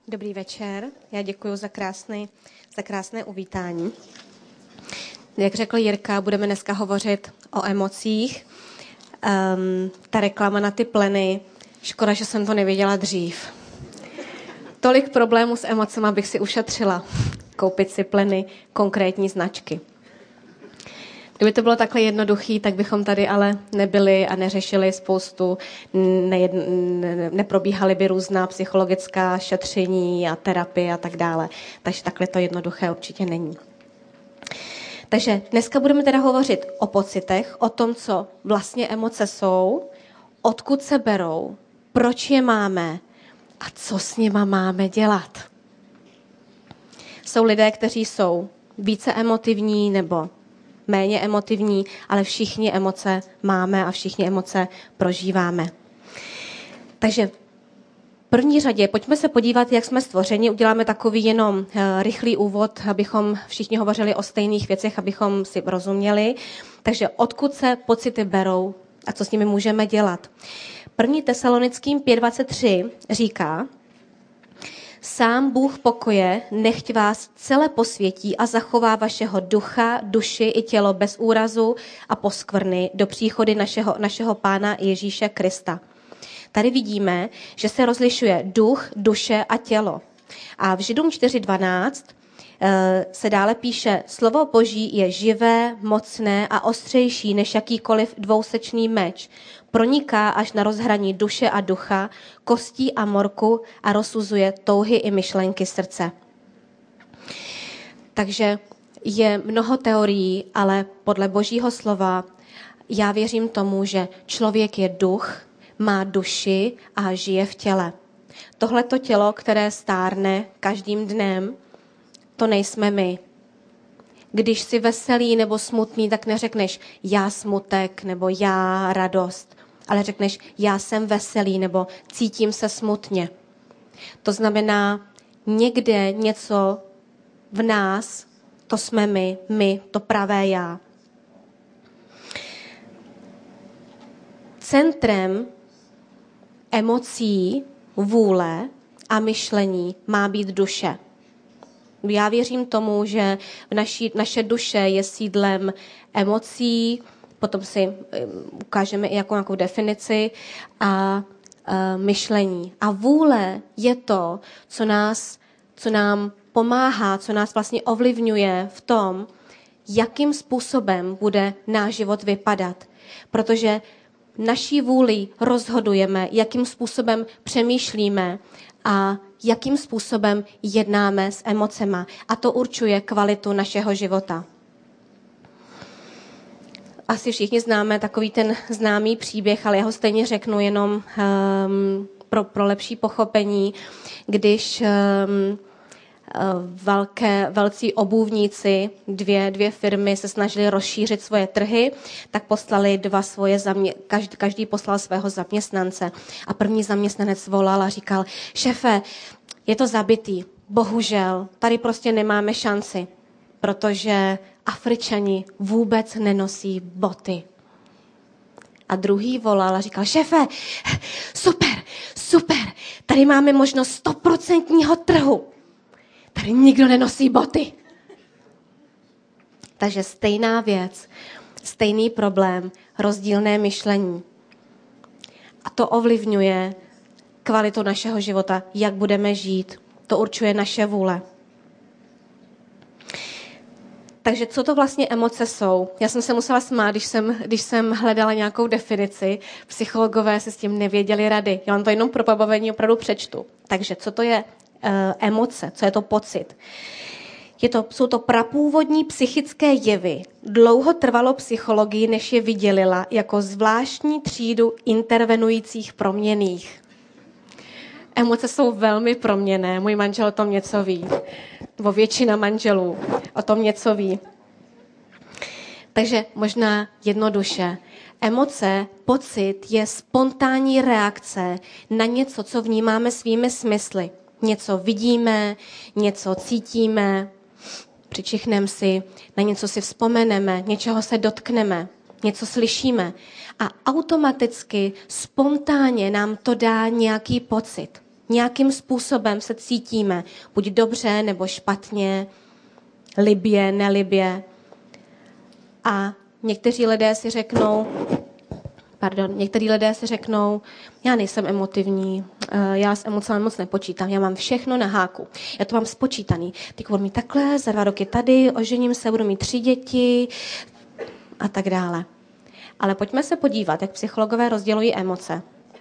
Dobrý večer, já děkuji za krásné uvítání. Jak řekl Jirka, budeme dneska hovořit o emocích. Ta reklama na ty pleny, škoda, že jsem to nevěděla dřív. Tolik problémů s emocema bych si ušetřila. Koupit si pleny konkrétní značky. Kdyby to bylo takhle jednoduchý, tak bychom tady ale nebyli a neřešili spoustu, neprobíhaly by různá psychologická šetření a terapie a tak dále. Takže takhle to jednoduché určitě není. Takže dneska budeme teda hovořit o pocitech, o tom, co vlastně emoce jsou, odkud se berou, proč je máme a co s nima máme dělat. Jsou lidé, kteří jsou více emotivní nebo méně emotivní, ale všichni emoce máme a všichni emoce prožíváme. Takže v první řadě pojďme se podívat, jak jsme stvořeni. Uděláme takový jenom rychlý úvod, abychom všichni hovořili o stejných věcech, abychom si rozuměli. Takže odkud se pocity berou a co s nimi můžeme dělat. 1. Tesalonickým 5:23 říká: Sám Bůh pokoje nechť vás celé posvětí a zachová vašeho ducha, duši i tělo bez úrazu a poskvrny do příchody našeho Pána Ježíše Krista. Tady vidíme, že se rozlišuje duch, duše a tělo. A v Židům 4:12 se dále píše: Slovo Boží je živé, mocné a ostřejší než jakýkoliv dvousečný meč. Proniká až na rozhraní duše a ducha, kostí a morku a rozsuzuje touhy i myšlenky srdce. Takže je mnoho teorií, ale podle Božího slova já věřím tomu, že člověk je duch, má duši a žije v těle. Tohleto tělo, které stárne každým dnem, to nejsme my. Když jsi veselý nebo smutný, tak neřekneš já smutek nebo já radost, ale řekneš já jsem veselý nebo cítím se smutně. To znamená, někde něco v nás, to jsme my, to pravé já. Centrem emocí, vůle a myšlení má být duše. Já věřím tomu, že naše duše je sídlem emocí, potom si ukážeme i nějakou definici a myšlení. A vůle je to, co nám pomáhá, co nás vlastně ovlivňuje v tom, jakým způsobem bude náš život vypadat. Protože naší vůli rozhodujeme, jakým způsobem přemýšlíme a jakým způsobem jednáme s emocema. A to určuje kvalitu našeho života. Asi známe takový ten známý příběh, ale já ho stejně řeknu jenom pro lepší pochopení, když velcí obuvníci, dvě firmy se snažili rozšířit svoje trhy, tak poslali každý poslal svého zaměstnance. A první zaměstnanec volal a říkal: šéfe, je to zabitý, bohužel, tady prostě nemáme šanci, protože Afričani vůbec nenosí boty. A druhý volal a říkal: šéfe, super, tady máme možnost 100% trhu. Tady nikdo nenosí boty. Takže stejná věc, stejný problém, rozdílné myšlení. A to ovlivňuje kvalitu našeho života, jak budeme žít. To určuje naše vůle. Takže co to vlastně emoce jsou? Já jsem se musela smát, když jsem hledala nějakou definici. Psychologové se s tím nevěděli rady. Já vám to jenom pro pobavení opravdu přečtu. Takže co to je emoce? Co je to pocit? Jsou to prapůvodní psychické jevy. Dlouho trvalo psychologii, než je vydělila jako zvláštní třídu intervenujících proměnných. Emoce jsou velmi proměnné. Můj manžel o tom něco ví. Nebo většina manželů o tom něco ví. Takže možná jednoduše. Emoce, pocit je spontánní reakce na něco, co vnímáme svými smysly. Něco vidíme, něco cítíme, přičichneme si, na něco si vzpomeneme, něčeho se dotkneme, něco slyšíme. A automaticky, spontánně nám to dá nějaký pocit. Nějakým způsobem se cítíme, buď dobře nebo špatně, libě, nelibě. A někteří lidé si řeknou, já nejsem emotivní, já s emocemi moc nepočítám, já mám všechno na háku. Já to mám spočítaný. Teď budu mít takhle, za 2 roky tady, ožením se, budu mít 3 děti a tak dále. Ale pojďme se podívat, jak psychologové rozdělují emoce.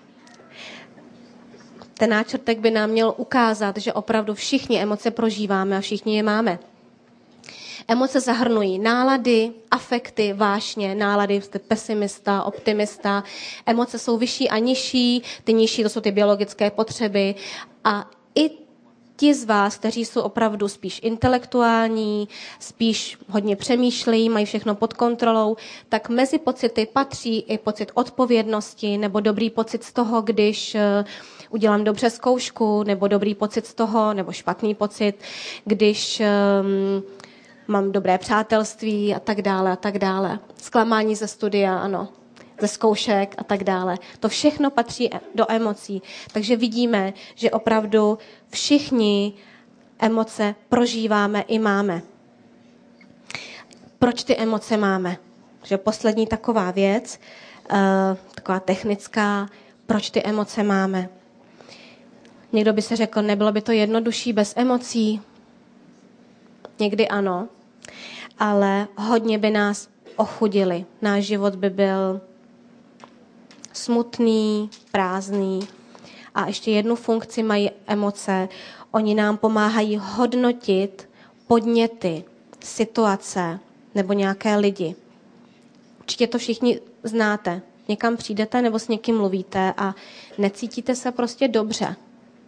Ten náčrtek by nám měl ukázat, že opravdu všichni emoce prožíváme a všichni je máme. Emoce zahrnují nálady, afekty, vášně, nálady, jste pesimista, optimista. Emoce jsou vyšší a nižší, ty nižší to jsou ty biologické potřeby. A i ti z vás, kteří jsou opravdu spíš intelektuální, spíš hodně přemýšlejí, mají všechno pod kontrolou, tak mezi pocity patří i pocit odpovědnosti nebo dobrý pocit z toho, když udělám dobře zkoušku, nebo dobrý pocit z toho, nebo špatný pocit, když mám dobré přátelství a tak dále a tak dále. Zklamání ze studia, ano, ze zkoušek a tak dále. To všechno patří do emocí. Takže vidíme, že opravdu všichni emoce prožíváme i máme. Proč ty emoce máme? Že poslední taková věc, taková technická, proč ty emoce máme? Někdo by se řekl, nebylo by to jednodušší bez emocí? Někdy ano, ale hodně by nás ochudili. Náš život by byl smutný, prázdný. A ještě jednu funkci mají emoce. Oni nám pomáhají hodnotit podněty, situace nebo nějaké lidi. Určitě to všichni znáte. Někam přijdete nebo s někým mluvíte a necítíte se prostě dobře.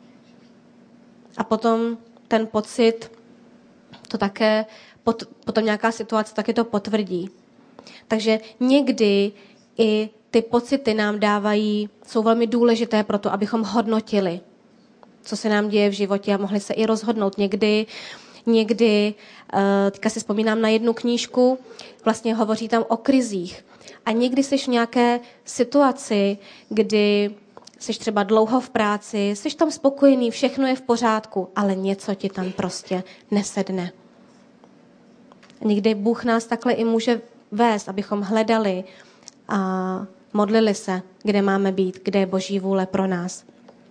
A potom ten pocit, to také, potom nějaká situace taky to potvrdí. Takže někdy i ty pocity nám dávají, jsou velmi důležité pro to, abychom hodnotili, co se nám děje v životě a mohli se i rozhodnout. Někdy, teďka si vzpomínám na jednu knížku, vlastně hovoří tam o krizích. A někdy jsi v nějaké situaci, kdy jsi třeba dlouho v práci, jsi tam spokojený, všechno je v pořádku, ale něco ti tam prostě nesedne. Někdy Bůh nás takhle i může vést, abychom hledali a modlili se, kde máme být, kde je Boží vůle pro nás.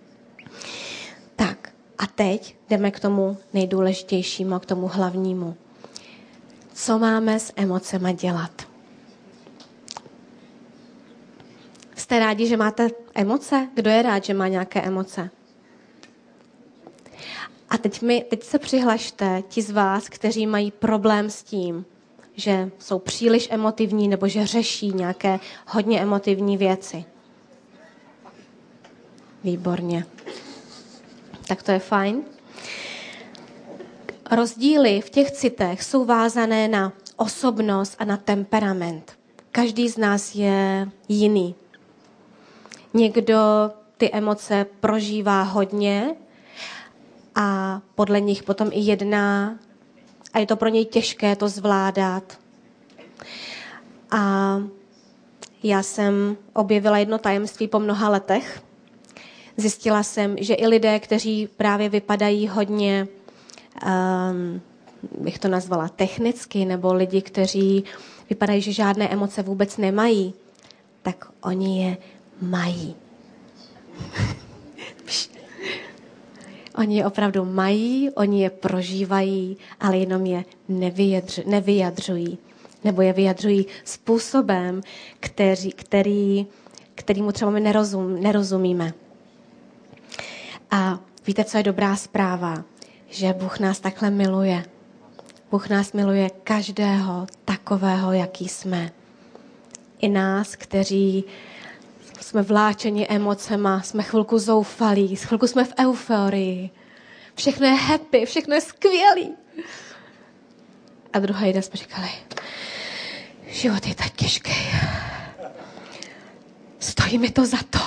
Tak a teď jdeme k tomu nejdůležitějšímu, k tomu hlavnímu. Co máme s emocema dělat? Jste rádi, že máte emoce? Kdo je rád, že má nějaké emoce? A teď se přihlašte ti z vás, kteří mají problém s tím, že jsou příliš emotivní nebo že řeší nějaké hodně emotivní věci. Výborně. Tak to je fajn. Rozdíly v těch citech jsou vázané na osobnost a na temperament. Každý z nás je jiný. Někdo ty emoce prožívá hodně a podle nich potom i jedná a je to pro něj těžké to zvládat. A já jsem objevila jedno tajemství po mnoha letech. Zjistila jsem, že i lidé, kteří právě vypadají hodně, bych to nazvala technicky, nebo lidi, kteří vypadají, že žádné emoce vůbec nemají, tak oni je mají. Oni je opravdu mají, oni je prožívají, ale jenom je nevyjadřují. Nebo je vyjadřují způsobem, kterýmu třeba my nerozumíme. A víte, co je dobrá zpráva? Že Bůh nás takhle miluje. Bůh nás miluje každého takového, jaký jsme. I nás, kteří jsme vláčeni emocema, jsme chvilku zoufalí, chvilku jsme v euforii. Všechno je happy, všechno je skvělý. A druhý den jsme říkali, život je tak těžký. Stojí mi to za to.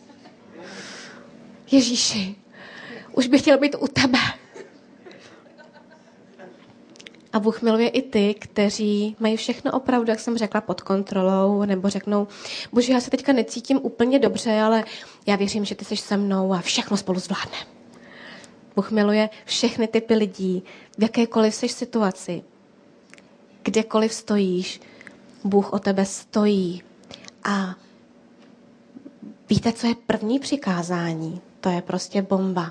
Ježíši, už bych chtěl být u tebe. A Bůh miluje i ty, kteří mají všechno opravdu, jak jsem řekla, pod kontrolou, nebo řeknou, Bože, já se teďka necítím úplně dobře, ale já věřím, že ty jsi se mnou a všechno spolu zvládneme. Bůh miluje všechny typy lidí, v jakékoliv seš situaci. Kdekoliv stojíš, Bůh o tebe stojí. A víte, co je první přikázání? To je prostě bomba.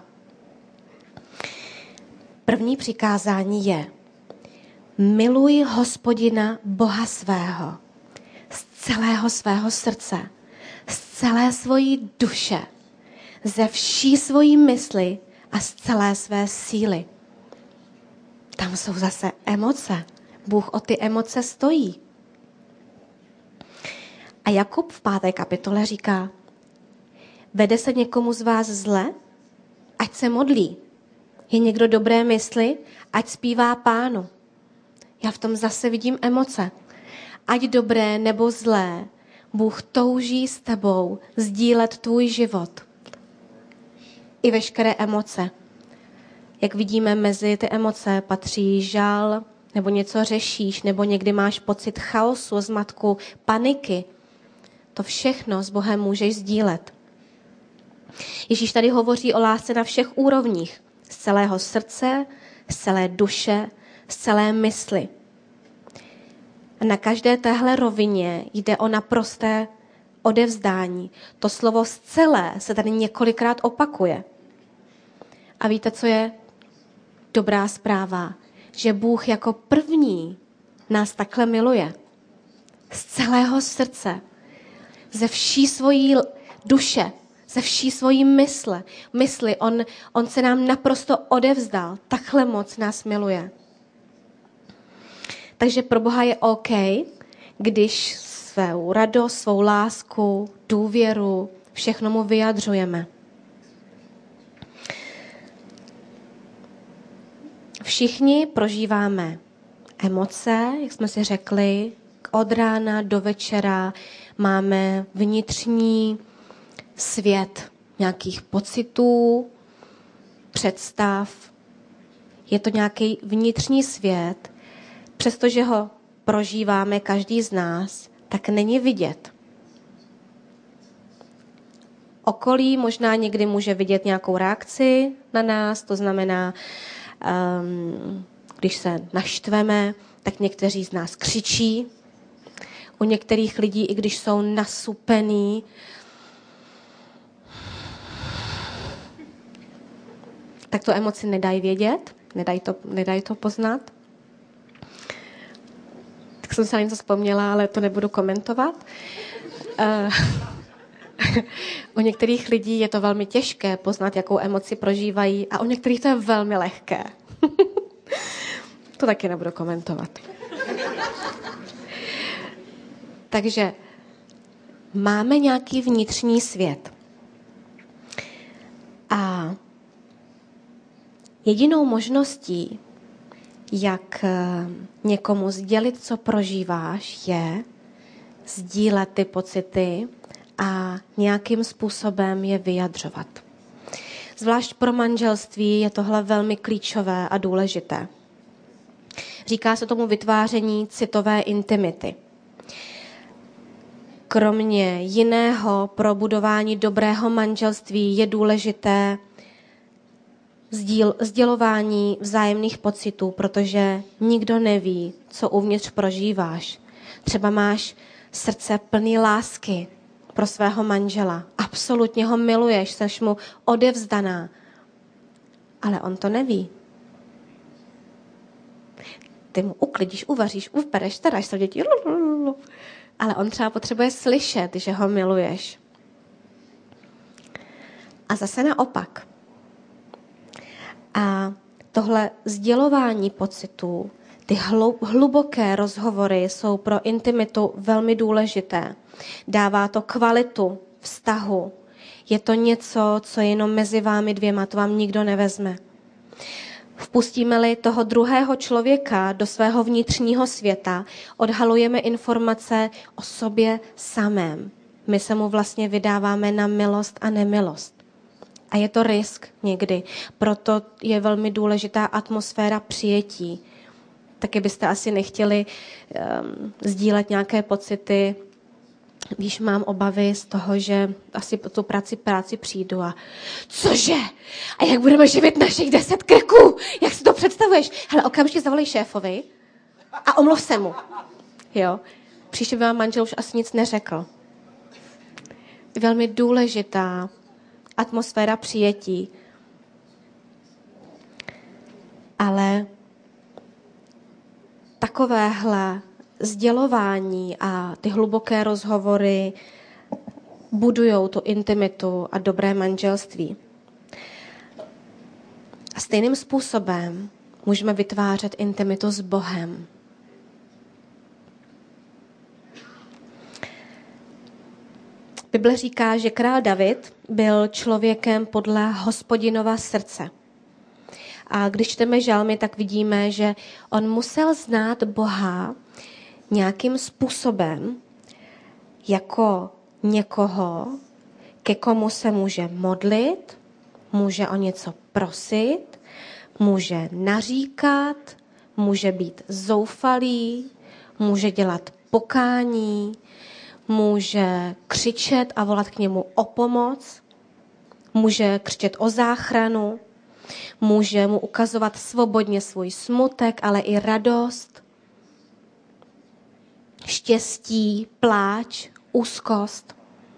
První přikázání je: miluj Hospodina Boha svého z celého svého srdce, z celé svojí duše, ze vší svojí mysli a z celé své síly. Tam jsou zase emoce. Bůh o ty emoce stojí. A Jakub v 5. kapitole říká: vede se někomu z vás zle? Ať se modlí. Je někdo dobré mysli? Ať zpívá Pánu. Já v tom zase vidím emoce. Ať dobré nebo zlé, Bůh touží s tebou sdílet tvůj život. I veškeré emoce. Jak vidíme, mezi ty emoce patří žal, nebo něco řešíš, nebo někdy máš pocit chaosu, zmatku, paniky. To všechno s Bohem můžeš sdílet. Ježíš tady hovoří o lásce na všech úrovních. Z celého srdce, z celé duše, z celé mysli. A na každé téhle rovině jde o naprosté odevzdání. To slovo z celé se tady několikrát opakuje. A víte, co je dobrá zpráva? Že Bůh jako první nás takhle miluje. Z celého srdce, ze vší svojí duše, ze vší svojí mysli. On se nám naprosto odevzdal. Takhle moc nás miluje. Takže pro Boha je OK, když svou radost, svou lásku, důvěru, všechno mu vyjadřujeme. Všichni prožíváme emoce, jak jsme si řekli, od rána do večera máme vnitřní svět nějakých pocitů, představ. Je to nějaký vnitřní svět, přestože ho prožíváme každý z nás, tak není vidět. Okolí možná někdy může vidět nějakou reakci na nás, to znamená, když se naštveme, tak někteří z nás křičí. U některých lidí, i když jsou nasupení, tak tu emoci nedají vědět, nedají to poznat. Tak jsem se na něco vzpomněla, ale to nebudu komentovat. U některých lidí je to velmi těžké poznat, jakou emoci prožívají, a u některých to je velmi lehké. To taky nebudu komentovat. Takže máme nějaký vnitřní svět. A jedinou možností, jak někomu sdělit, co prožíváš, je sdílet ty pocity a nějakým způsobem je vyjadřovat. Zvlášť pro manželství je tohle velmi klíčové a důležité. Říká se tomu vytváření citové intimity. Kromě jiného pro budování dobrého manželství je důležité sdělování vzájemných pocitů, protože nikdo neví, co uvnitř prožíváš. Třeba máš srdce plný lásky pro svého manžela. Absolutně ho miluješ, seš mu odevzdaná. Ale on to neví. Ty mu uklidíš, uvaříš, upereš, staráš se o děti. Ale on třeba potřebuje slyšet, že ho miluješ. A zase naopak. A tohle sdělování pocitů, ty hluboké rozhovory jsou pro intimitu velmi důležité. Dává to kvalitu vztahu. Je to něco, co je jenom mezi vámi dvěma, to vám nikdo nevezme. Vpustíme-li toho druhého člověka do svého vnitřního světa, odhalujeme informace o sobě samém. My se mu vlastně vydáváme na milost a nemilost. A je to risk někdy. Proto je velmi důležitá atmosféra přijetí. Taky byste asi nechtěli sdílet nějaké pocity víš, mám obavy z toho, že asi po tu práci přijdu a cože? A jak budeme živit našich 10 krků? Jak si to představuješ? Hele, okamžitě zavolej šéfovi a omluv se mu. Jo? Příště by vám manžel už asi nic neřekl. Velmi důležitá atmosféra přijetí. Ale takovéhle sdělování a ty hluboké rozhovory budujou tu intimitu a dobré manželství. A stejným způsobem můžeme vytvářet intimitu s Bohem. Bible říká, že král David byl člověkem podle Hospodinova srdce. A když čteme žalmy, tak vidíme, že on musel znát Boha nějakým způsobem jako někoho, ke komu se může modlit, může o něco prosit, může naříkat, může být zoufalý, může dělat pokání, může křičet a volat k němu o pomoc, může křičet o záchranu, může mu ukazovat svobodně svůj smutek, ale i radost, štěstí, pláč, úzkost.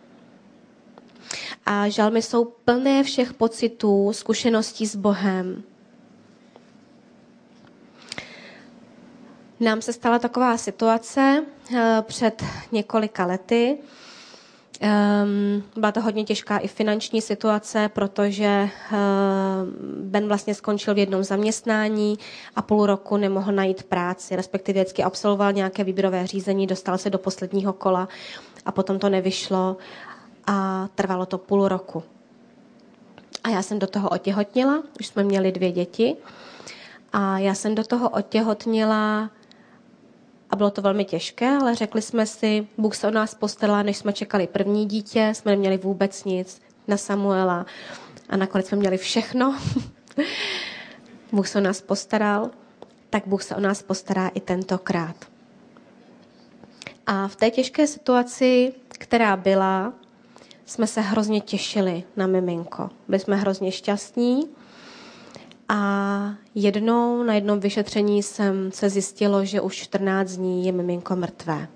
A žalmy jsou plné všech pocitů, zkušeností s Bohem. Nám se stala taková situace před několika lety. Byla to hodně těžká i finanční situace, protože Ben vlastně skončil v jednom zaměstnání a půl roku nemohl najít práci, respektive vždycky absolvoval nějaké výběrové řízení, dostal se do posledního kola a potom to nevyšlo a trvalo to půl roku. A já jsem do toho otěhotněla, už jsme měli 2 děti a já jsem do toho otěhotněla a bylo to velmi těžké, ale řekli jsme si, Bůh se o nás postaral, než jsme čekali první dítě, jsme neměli vůbec nic na Samuela a nakonec jsme měli všechno. Bůh se o nás postaral, tak Bůh se o nás postará i tentokrát. A v té těžké situaci, která byla, jsme se hrozně těšili na miminko. Byli jsme hrozně šťastní a na jednom vyšetření se zjistilo, že už 14 dní je miminko mrtvé.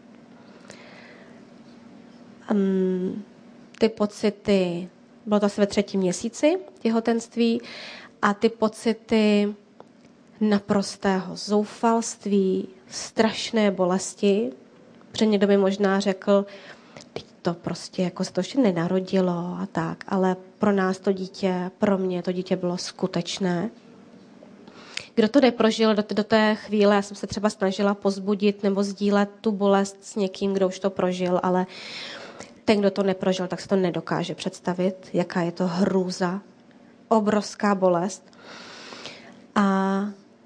Ty pocity, bylo to asi ve 3. měsíci těhotenství, a ty pocity naprostého zoufalství, strašné bolesti, protože někdo by možná řekl, to prostě jako se to ještě nenarodilo a tak, ale pro nás to dítě, pro mě to dítě bylo skutečné. Kdo to neprožil do té chvíle, já jsem se třeba snažila pozbudit nebo sdílet tu bolest s někým, kdo už to prožil, ale ten, kdo to neprožil, tak se to nedokáže představit, jaká je to hrůza, obrovská bolest. A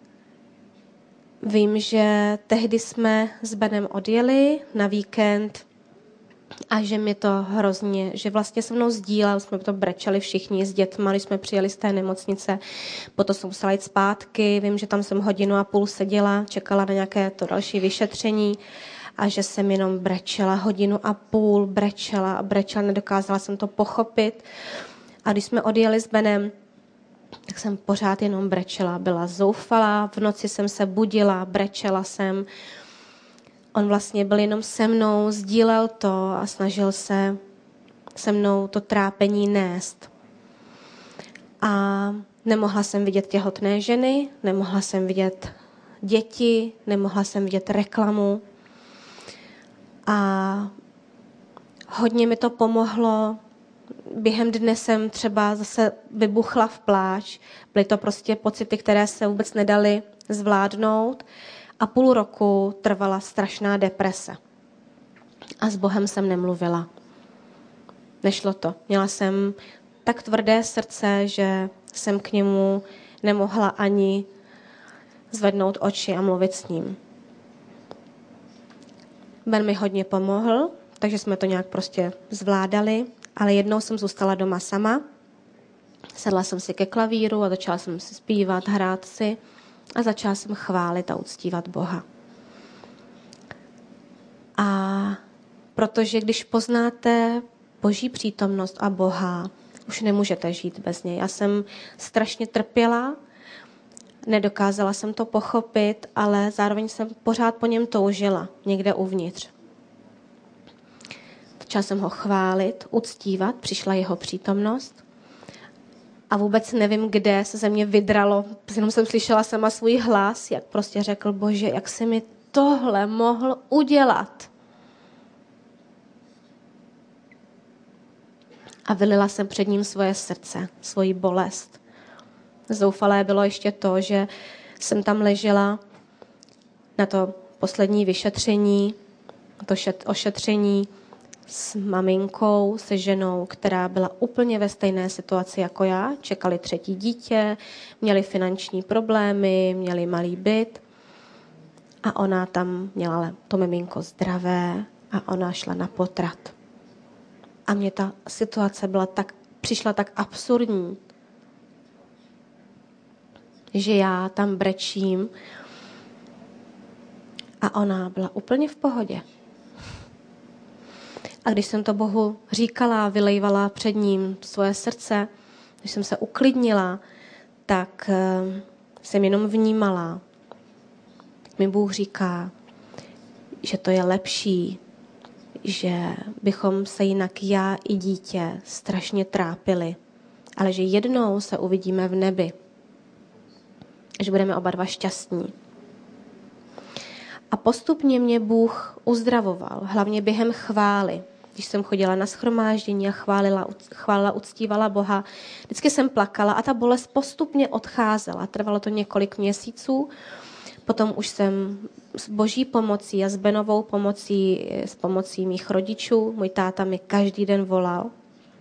vím, že tehdy jsme s Benem odjeli na víkend a že mi to hrozně, že vlastně se mnou sdílel, jsme to brečeli všichni s dětma, když jsme přijeli z té nemocnice, potom jsem musela jít zpátky, vím, že tam jsem 1,5 hodiny seděla, čekala na nějaké to další vyšetření a že jsem jenom brečela 1,5 hodiny, brečela a brečela, nedokázala jsem to pochopit. A když jsme odjeli s Benem, tak jsem pořád jenom brečela, byla zoufalá, v noci jsem se budila, brečela jsem. On vlastně byl jenom se mnou, sdílel to a snažil se se mnou to trápení nést. A nemohla jsem vidět těhotné ženy, nemohla jsem vidět děti, nemohla jsem vidět reklamu. A hodně mi to pomohlo. Během dne jsem třeba zase vybuchla v pláč. Byly to prostě pocity, které se vůbec nedaly zvládnout. A 0,5 roku trvala strašná deprese. A s Bohem jsem nemluvila. Nešlo to. Měla jsem tak tvrdé srdce, že jsem k němu nemohla ani zvednout oči a mluvit s ním. Ben mi hodně pomohl, takže jsme to nějak prostě zvládali, ale jednou jsem zůstala doma sama. Sedla jsem si ke klavíru a začala jsem si zpívat, hrát si a začala jsem chválit a uctívat Boha. A Protože když poznáte Boží přítomnost a Boha, už nemůžete žít bez něj. Já jsem strašně trpěla, nedokázala jsem to pochopit, ale zároveň jsem pořád po něm toužila, někde uvnitř. Začala jsem ho chválit, uctívat, přišla jeho přítomnost a vůbec nevím, kde se ze mě vydralo. Jenom jsem slyšela sama svůj hlas, jak prostě řekl: Bože, jak jsi mi tohle mohl udělat. A vylila jsem před ním svoje srdce, svoji bolest. Zoufalé bylo ještě to, že jsem tam ležela na to poslední vyšetření, to ošetření s maminkou, se ženou, která byla úplně ve stejné situaci jako já. Čekali 3. dítě, měli finanční problémy, měli malý byt a ona tam měla to miminko zdravé a ona šla na potrat. A mně ta situace přišla tak absurdní, že já tam brečím a ona byla úplně v pohodě. A když jsem to Bohu říkala, vylejvala před ním svoje srdce, když jsem se uklidnila, tak jsem jenom vnímala. Mi Bůh říká, že to je lepší, že bychom se jinak já i dítě strašně trápili, ale že jednou se uvidíme v nebi, že budeme oba dva šťastní. A postupně mě Bůh uzdravoval, hlavně během chvály. Když jsem chodila na shromáždění a chválila, uctívala Boha, vždycky jsem plakala a ta bolest postupně odcházela. Trvalo to několik měsíců. Potom už jsem s Boží pomocí a s Benovou pomocí, s pomocí mých rodičů, můj táta mi každý den volal,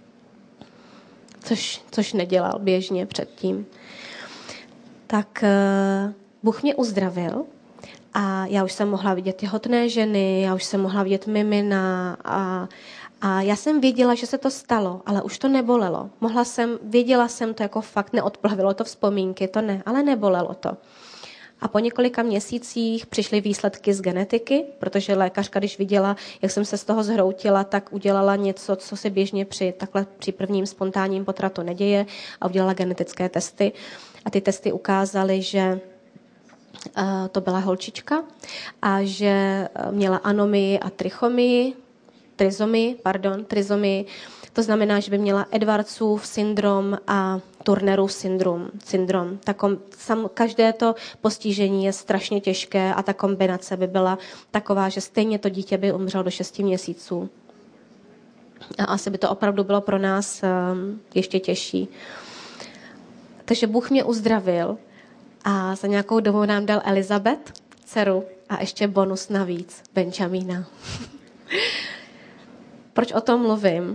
což nedělal běžně předtím. Tak Bůh mě uzdravil a já už jsem mohla vidět těhotné ženy, já už jsem mohla vidět mimina a já jsem věděla, že se to stalo, ale už to nebolelo. Věděla jsem to jako fakt, neodplavilo to vzpomínky, to ne, ale nebolelo to. A po několika měsících přišly výsledky z genetiky, protože lékařka, když viděla, jak jsem se z toho zhroutila, tak udělala něco, co se běžně při prvním spontánním potratu neděje a udělala genetické testy. A ty testy ukázaly, že to byla holčička a že měla anomii a trizomii. To znamená, že by měla Edwardsův syndrom a Turnerův syndrom. Každé to postižení je strašně těžké a ta kombinace by byla taková, že stejně to dítě by umřelo do 6 měsíců. A asi by to opravdu bylo pro nás ještě těžší. Takže Bůh mě uzdravil a za nějakou dobu nám dal Elizabeth, dceru, a ještě bonus navíc, Benjamina. Proč o tom mluvím?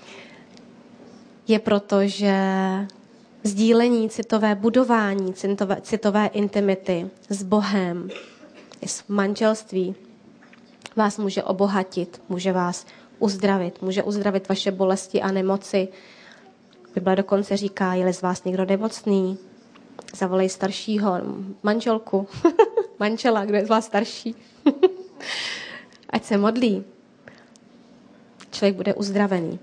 Je proto, že sdílení budování citové intimity s Bohem, s manželství vás může obohatit, může vás uzdravit, může uzdravit vaše bolesti a nemoci. Bible dokonce říká, je-li z vás někdo nemocný, zavolej staršího, manželku, manžela, kdo je z vás starší. Ať se modlí. Člověk bude uzdravený.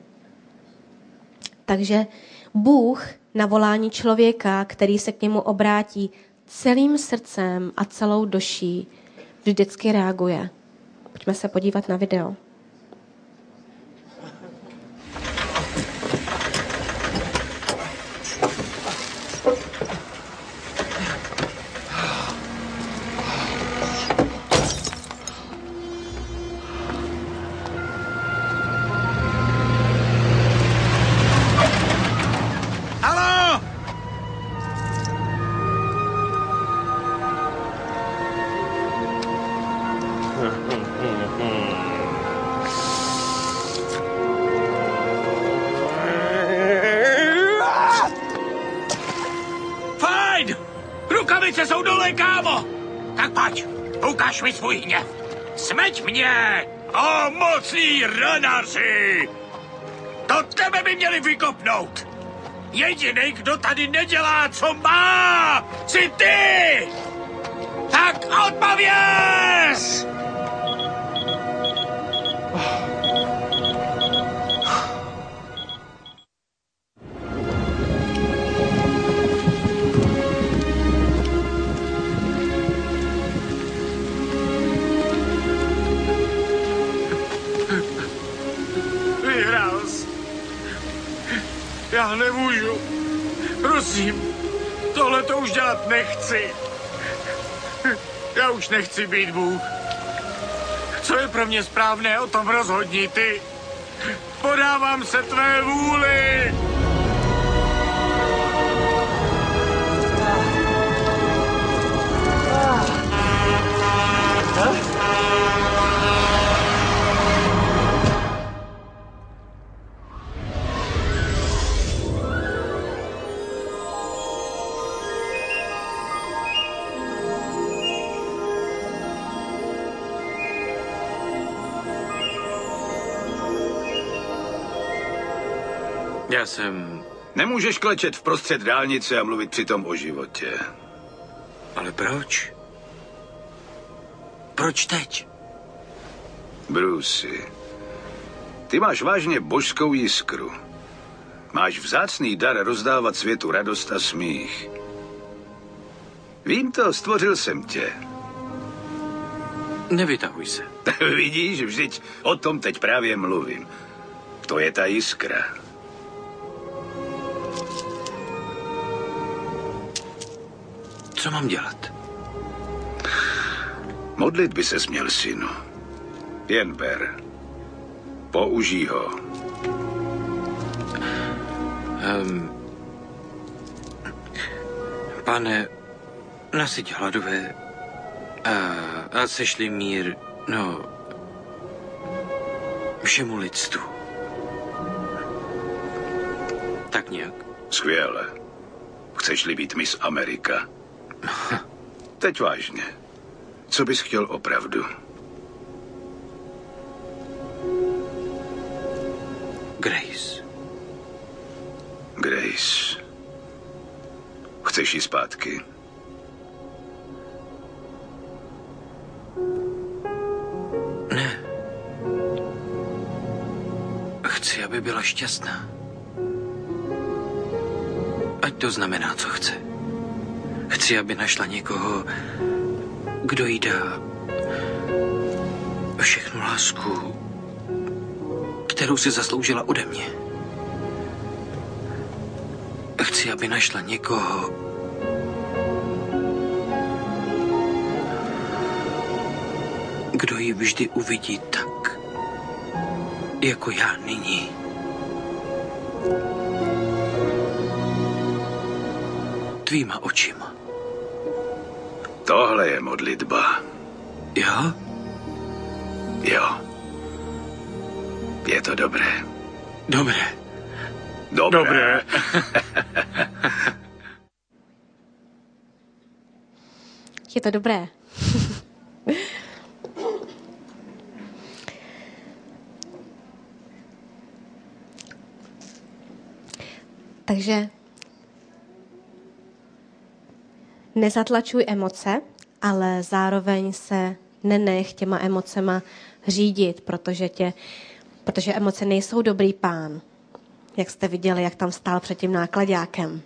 Takže Bůh na volání člověka, který se k němu obrátí celým srdcem a celou duší, vždycky reaguje. Pojďme se podívat na video. Rukavice jsou dole, kámo! Tak pojď, ukaž mi svůj hněv. Smeť mě, o mocný ranaři! To tebe by měli vykopnout. Jedinej, kdo tady nedělá, co má, jsi ty! Tak odpověz! prosím, tohle to už dělat nechci. Já už nechci být Bůh. Co je pro mě správné, o tom rozhodni ty. Podávám se tvé vůli. Já jsem... Nemůžeš klečet vprostřed dálnice a mluvit přitom o životě. Ale proč? Proč teď? Brucey, ty máš vážně božskou jiskru. Máš vzácný dar rozdávat světu radost a smích. Vím to, stvořil jsem tě. Nevytahuj se. Vidíš, vždyť o tom teď právě mluvím. To je ta jiskra. Co mám dělat? Modlit by ses měl, synu. Jen ber. Použij ho. Pane, nasyť hladové a sešli mír, všemu lidstvu. Tak nějak. Skvěle. Chceš-li být Miss Amerika? Teď vážně. Co bys chtěl opravdu? Grace. Grace. Chceš ji zpátky? Ne. Chci, aby byla šťastná. Ať to znamená, co chce. Chci, aby našla někoho, kdo jí dá všechnu lásku, kterou si zasloužila ode mě. Chci, aby našla někoho, kdo ji vždy uvidí tak, jako já nyní. Tvýma očima. Tohle je modlitba. Jo? Jo. Je to dobré. Dobré. Dobré. Je to dobré. Takže nezatlačuj emoce, ale zároveň se nenech těma emocema řídit, protože emoce nejsou dobrý pán. Jak jste viděli, jak tam stál před tím náklaďákem.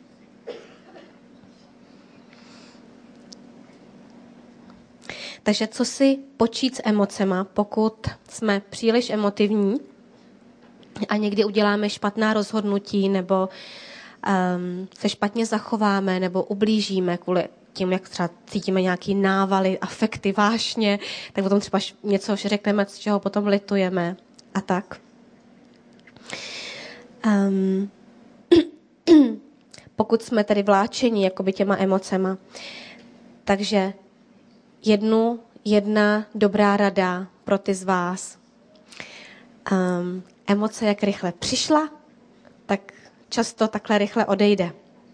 Takže co si počít s emocema, pokud jsme příliš emotivní a někdy uděláme špatná rozhodnutí nebo se špatně zachováme nebo ublížíme kvůli tím, jak třeba cítíme nějaký návaly, afekty, vášně, tak potom třeba něco řekneme, z čeho potom litujeme a tak. Pokud jsme tedy vláčeni jakoby těma emocema, takže jedna dobrá rada pro ty z vás. Emoce, jak rychle přišla, tak často takhle rychle odejde.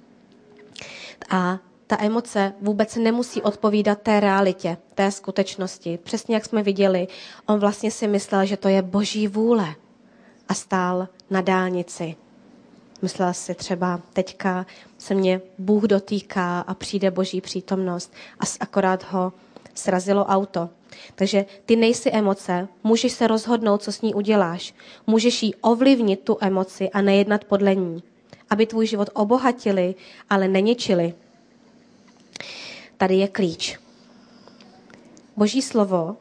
A ta emoce vůbec nemusí odpovídat té realitě, té skutečnosti. Přesně jak jsme viděli, on vlastně si myslel, že to je boží vůle a stál na dálnici. Myslel si třeba, teďka se mě Bůh dotýká a přijde boží přítomnost a akorát ho srazilo auto. Takže ty nejsi emoce, můžeš se rozhodnout, co s ní uděláš. Můžeš jí ovlivnit tu emoci a nejednat podle ní, aby tvůj život obohatili, ale neničili. Tady je klíč. Boží slovo,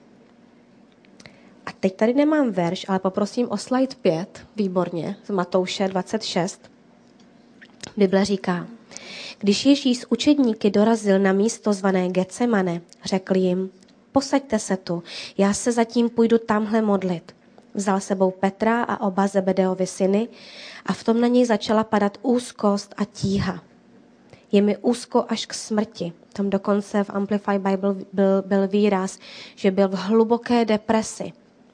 a teď tady nemám verš, ale poprosím o slide 5, výborně, z Matouše 26. Bible říká: Když Ježíš s učedníky dorazil na místo zvané Getsemane, řekl jim, posaďte se tu, já se zatím půjdu tamhle modlit. Vzal sebou Petra a oba Zebedeovy syny a v tom na něj začala padat úzkost a tíha. Je mi úzko až k smrti. Tam dokonce v Amplified Bible byl výraz, že byl v hluboké depresi.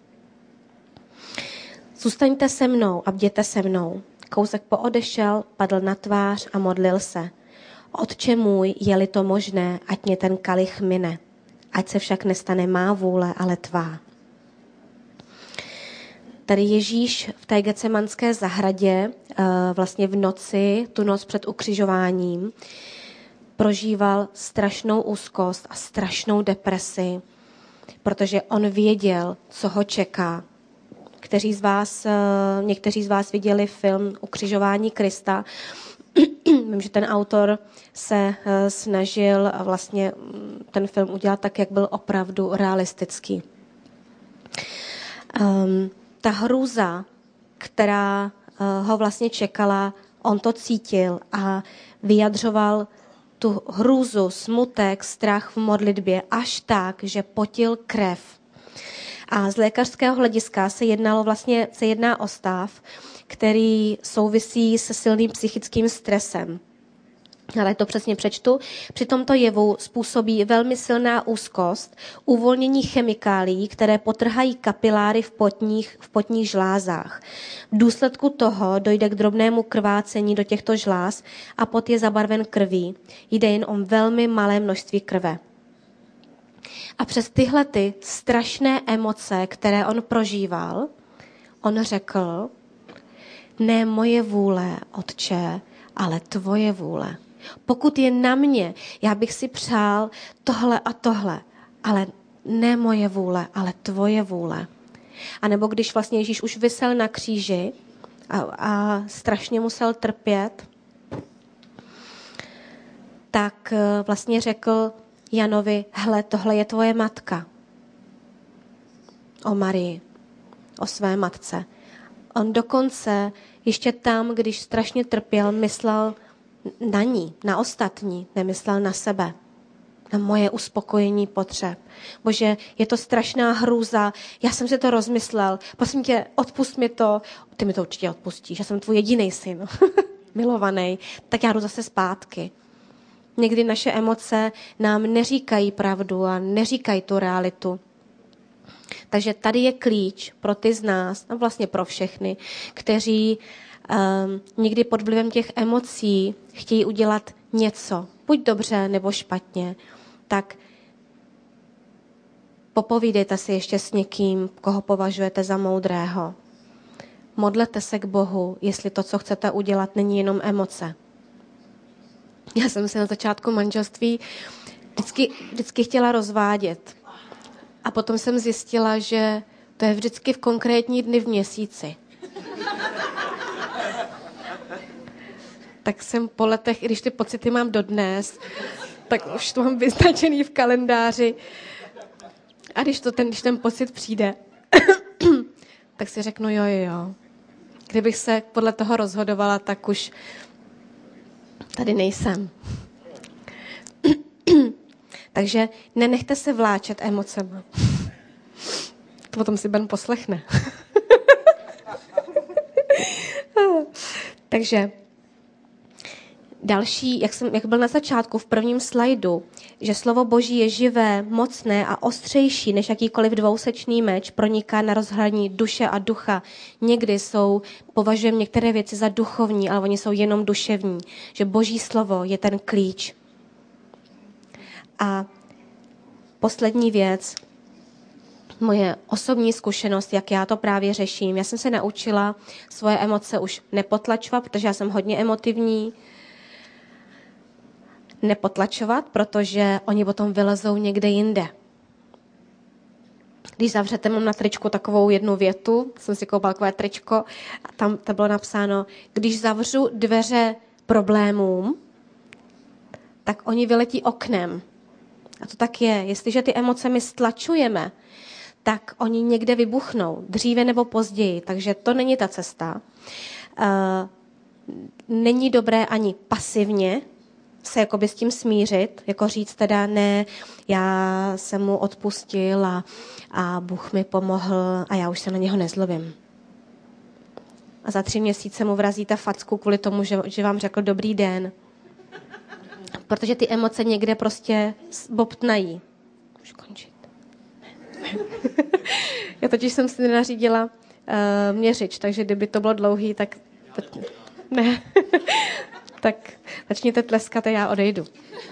Zůstaňte se mnou a bděte se mnou. Kousek poodešel, padl na tvář a modlil se. Otče můj, je-li to možné, ať mě ten kalich mine. Ať se však nestane má vůle, ale tvá. Tady Ježíš v té Getsemanské zahradě vlastně v noci, tu noc před ukřižováním, prožíval strašnou úzkost a strašnou depresi, protože on věděl, co ho čeká. Někteří z vás viděli film Ukřižování Krista. Vím, že ten autor se snažil vlastně ten film udělat tak, jak byl opravdu realistický. Ta hrůza, která ho vlastně čekala, on to cítil a vyjadřoval tu hrůzu, smutek, strach v modlitbě až tak, že potil krev. A z lékařského hlediska se jedná o stav, který souvisí se silným psychickým stresem. Ale to přesně přečtu. Při tomto jevu způsobí velmi silná úzkost, uvolnění chemikálií, které potrhají kapiláry v potních žlázách. V důsledku toho dojde k drobnému krvácení do těchto žláz a pot je zabarven krví. Jde jen o velmi malé množství krve. A přes tyhle ty strašné emoce, které on prožíval, on řekl, ne moje vůle, Otče, ale tvoje vůle. Pokud je na mě, já bych si přál tohle a tohle, ale ne moje vůle, ale tvoje vůle. A nebo když vlastně Ježíš už visel na kříži a strašně musel trpět, tak vlastně řekl Janovi, hele, tohle je tvoje matka. O Marii, o své matce. On dokonce ještě tam, když strašně trpěl, myslel na ní, na ostatní, nemyslel na sebe, na moje uspokojení potřeb. Bože, je to strašná hrůza, já jsem si to rozmyslel, prosím tě, odpust mi to, ty mi to určitě odpustíš, já jsem tvůj jediný syn, milovaný, tak já jdu zase zpátky. Někdy naše emoce nám neříkají pravdu a neříkají tu realitu. Takže tady je klíč pro ty z nás, a vlastně pro všechny, kteří někdy pod vlivem těch emocí chtějí udělat něco, buď dobře nebo špatně, tak popovídejte si ještě s někým, koho považujete za moudrého. Modlete se k Bohu, jestli to, co chcete udělat, není jenom emoce. Já jsem se na začátku manželství vždycky chtěla rozvádět. A potom jsem zjistila, že to je vždycky v konkrétní dny v měsíci. Tak jsem po letech, i když ty pocity mám dodnes, tak už to mám vyznačený v kalendáři. A když ten pocit přijde, tak si řeknu jo. Kdybych se podle toho rozhodovala, tak už tady nejsem. Takže nenechte se vláčet emocema. To potom si Ben poslechne. Takže další, jak byl na začátku v prvním slajdu, že slovo Boží je živé, mocné a ostřejší než jakýkoliv dvousečný meč, proniká na rozhraní duše a ducha. Někdy považujeme některé věci za duchovní, ale oni jsou jenom duševní. Že Boží slovo je ten klíč. A poslední věc, moje osobní zkušenost, jak já to právě řeším. Já jsem se naučila svoje emoce už nepotlačovat, protože já jsem hodně emotivní. Nepotlačovat, protože oni potom vylezou někde jinde. Když zavřete, mám na tričku takovou jednu větu, jsem si koupila takové tričko a tam to bylo napsáno, když zavřu dveře problémům, tak oni vyletí oknem. A to tak je. Jestliže ty emoce my stlačujeme, tak oni někde vybuchnou, dříve nebo později. Takže to není ta cesta. Není dobré ani pasivně se jakoby s tím smířit, jako říct teda ne, já jsem mu odpustil a Bůh mi pomohl a já už se na něho nezlobím. A za 3 měsíce mu vrazíte facku kvůli tomu, že vám řekl dobrý den. Protože ty emoce někde prostě bobtnají. Můžu končit. Já totiž jsem si nenařídila měřič, takže kdyby to bylo dlouhý, tak ne. Tak začněte tleskat a já odejdu.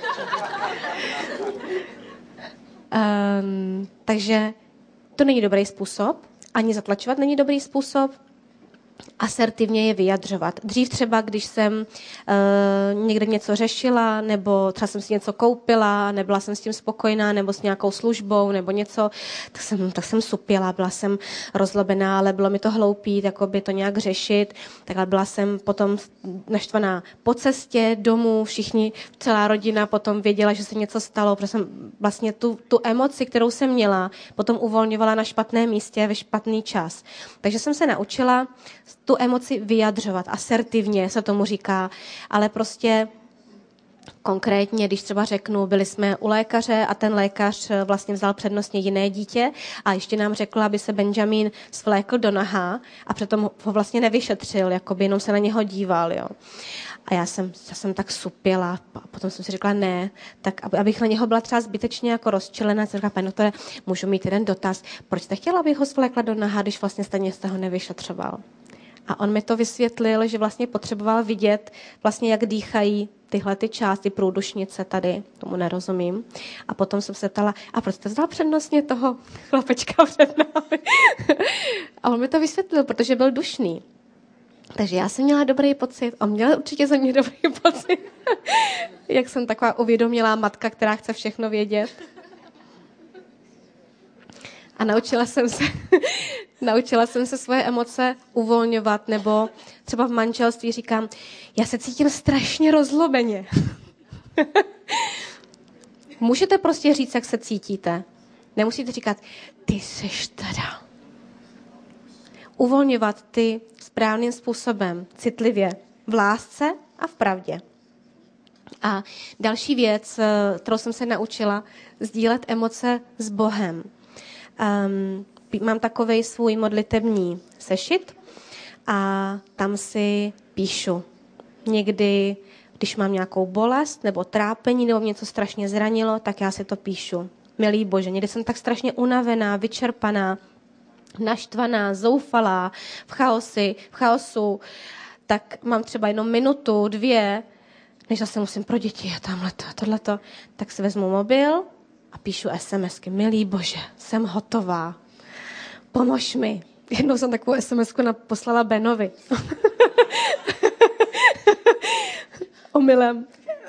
Takže to není dobrý způsob. Ani zatlačovat není dobrý způsob. Asertivně je vyjadřovat. Dřív třeba, když jsem někde něco řešila, nebo třeba jsem si něco koupila, nebyla jsem s tím spokojená, nebo s nějakou službou, nebo něco, tak jsem supěla, byla jsem rozlobená, ale bylo mi to hloupý, jakoby to nějak řešit. Takhle byla jsem potom naštvaná po cestě domů, všichni, celá rodina potom věděla, že se něco stalo, protože jsem vlastně tu emoci, kterou jsem měla, potom uvolňovala na špatném místě ve špatný čas. Takže jsem se naučila tu emoci vyjadřovat, asertivně se tomu říká, ale prostě konkrétně, když třeba řeknu, byli jsme u lékaře a ten lékař vlastně vzal přednostně jiné dítě a ještě nám řekl, aby se Benjamin svlékl do naha a přitom ho vlastně nevyšetřil, jakoby jenom se na něho díval, jo. A já jsem tak supěla a potom jsem si řekla ne, tak abych na něho byla třeba zbytečně jako rozčilená, jsem řekla, pane doktore, můžu mít jeden dotaz, proč jste chtěla, abych ho svlékla do naha, když vlastně stejně jste ho nevyšetřoval? A on mi to vysvětlil, že vlastně potřeboval vidět, vlastně jak dýchají tyhle ty části průdušnice tady, tomu nerozumím. A potom jsem se ptala, a proč jste vzal přednostně toho chlapečka před námi? A on mi to vysvětlil, protože byl dušný. Takže já jsem měla dobrý pocit, on měl určitě ze mě dobrý pocit. Jak jsem taková uvědomělá matka, která chce všechno vědět. A naučila jsem se svoje emoce uvolňovat, nebo třeba v manželství říkám, já se cítím strašně rozlobeně. Můžete prostě říct, jak se cítíte. Nemusíte říkat, ty seš teda. Uvolňovat ty správným způsobem, citlivě, v lásce a v pravdě. A další věc, kterou jsem se naučila, sdílet emoce s Bohem. Mám takovej svůj modlitební sešit a tam si píšu. Někdy, když mám nějakou bolest nebo trápení nebo mě něco strašně zranilo, tak já si to píšu. Milý Bože, někdy jsem tak strašně unavená, vyčerpaná, naštvaná, zoufalá, v chaosu, tak mám třeba jenom minutu, 2, než zase musím pro děti a tamhleto a tohleto, tak si vezmu mobil a píšu SMSky. Milý Bože, jsem hotová. Pomož mi. Jednou jsem takovou SMSku poslala Benovi. Omylem.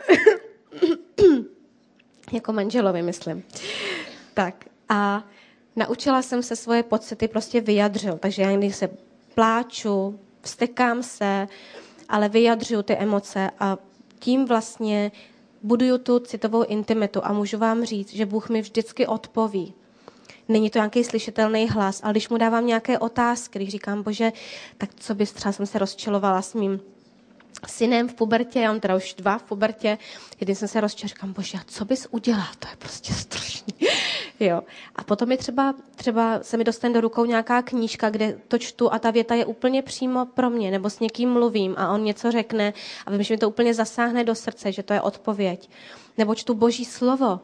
Jako manželovi, myslím. Tak a naučila jsem se svoje pocity prostě vyjadřil. Takže já někdy se pláču, vztekám se, ale vyjadřuju ty emoce a tím vlastně buduju tu citovou intimitu a můžu vám říct, že Bůh mi vždycky odpoví. Není to nějaký slyšitelný hlas, ale když mu dávám nějaké otázky, když říkám, Bože, tak co bys, třeba jsem se rozčilovala s mým synem v pubertě, já mám teda už 2 v pubertě, jednou jsem se rozčilovala, říkám, Bože, co bys udělal, to je prostě strašný. Jo. A potom je třeba se mi dostane do rukou nějaká knížka, kde to čtu a ta věta je úplně přímo pro mě, nebo s někým mluvím a on něco řekne a vím, že mi to úplně zasáhne do srdce, že to je odpověď. Nebo čtu Boží slovo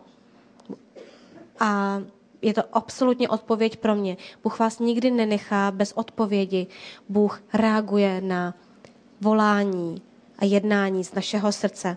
a je to absolutně odpověď pro mě. Bůh vás nikdy nenechá bez odpovědi. Bůh reaguje na volání a jednání z našeho srdce.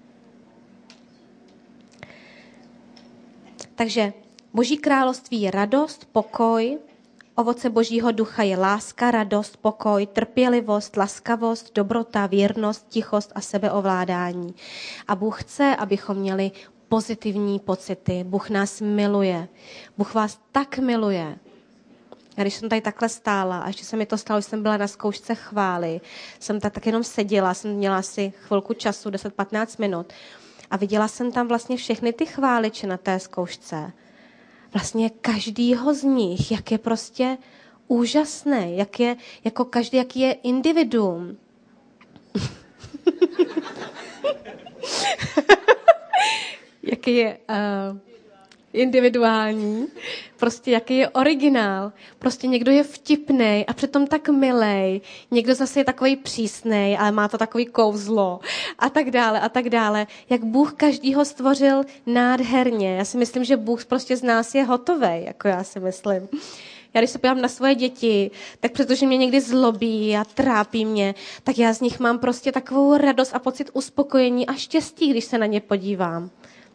Takže Boží království je radost, pokoj, ovoce Božího ducha je láska, radost, pokoj, trpělivost, laskavost, dobrota, věrnost, tichost a sebeovládání. A Bůh chce, abychom měli pozitivní pocity. Bůh nás miluje. Bůh vás tak miluje. A když jsem tady takhle stála, a ještě se mi to stalo, že jsem byla na zkoušce chvály, jsem tak jenom seděla, jsem měla asi chvilku času, 10-15 minut, a viděla jsem tam vlastně všechny ty chváliče na té zkoušce. Vlastně každýho z nich, jak je prostě úžasný, jak je, jako každý, jaký je individuum. jaký je individuální, prostě jaký je originál. Prostě někdo je vtipnej a přitom tak milej, někdo zase je takový přísnej, ale má to takový kouzlo a tak dále a tak dále. Jak Bůh každýho stvořil nádherně. Já si myslím, že Bůh prostě z nás je hotovej, jako já si myslím. Já když se podívám na svoje děti, tak protože mě někdy zlobí a trápí mě, tak já z nich mám prostě takovou radost a pocit uspokojení a štěstí, když se na ně podívám.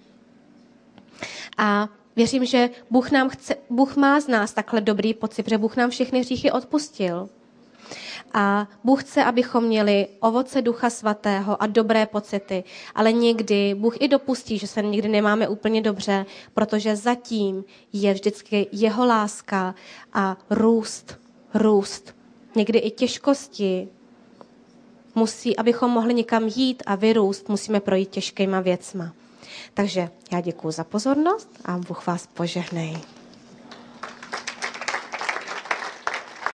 A věřím, že Bůh má z nás takhle dobrý pocit, protože Bůh nám všechny hříchy odpustil. A Bůh chce, abychom měli ovoce Ducha Svatého a dobré pocity, ale někdy Bůh i dopustí, že se někdy nemáme úplně dobře, protože zatím je vždycky jeho láska a růst. Někdy i těžkosti musí, abychom mohli někam jít a vyrůst, musíme projít těžkýma věcma. Takže já děkuju za pozornost a Bůh vás požehnej.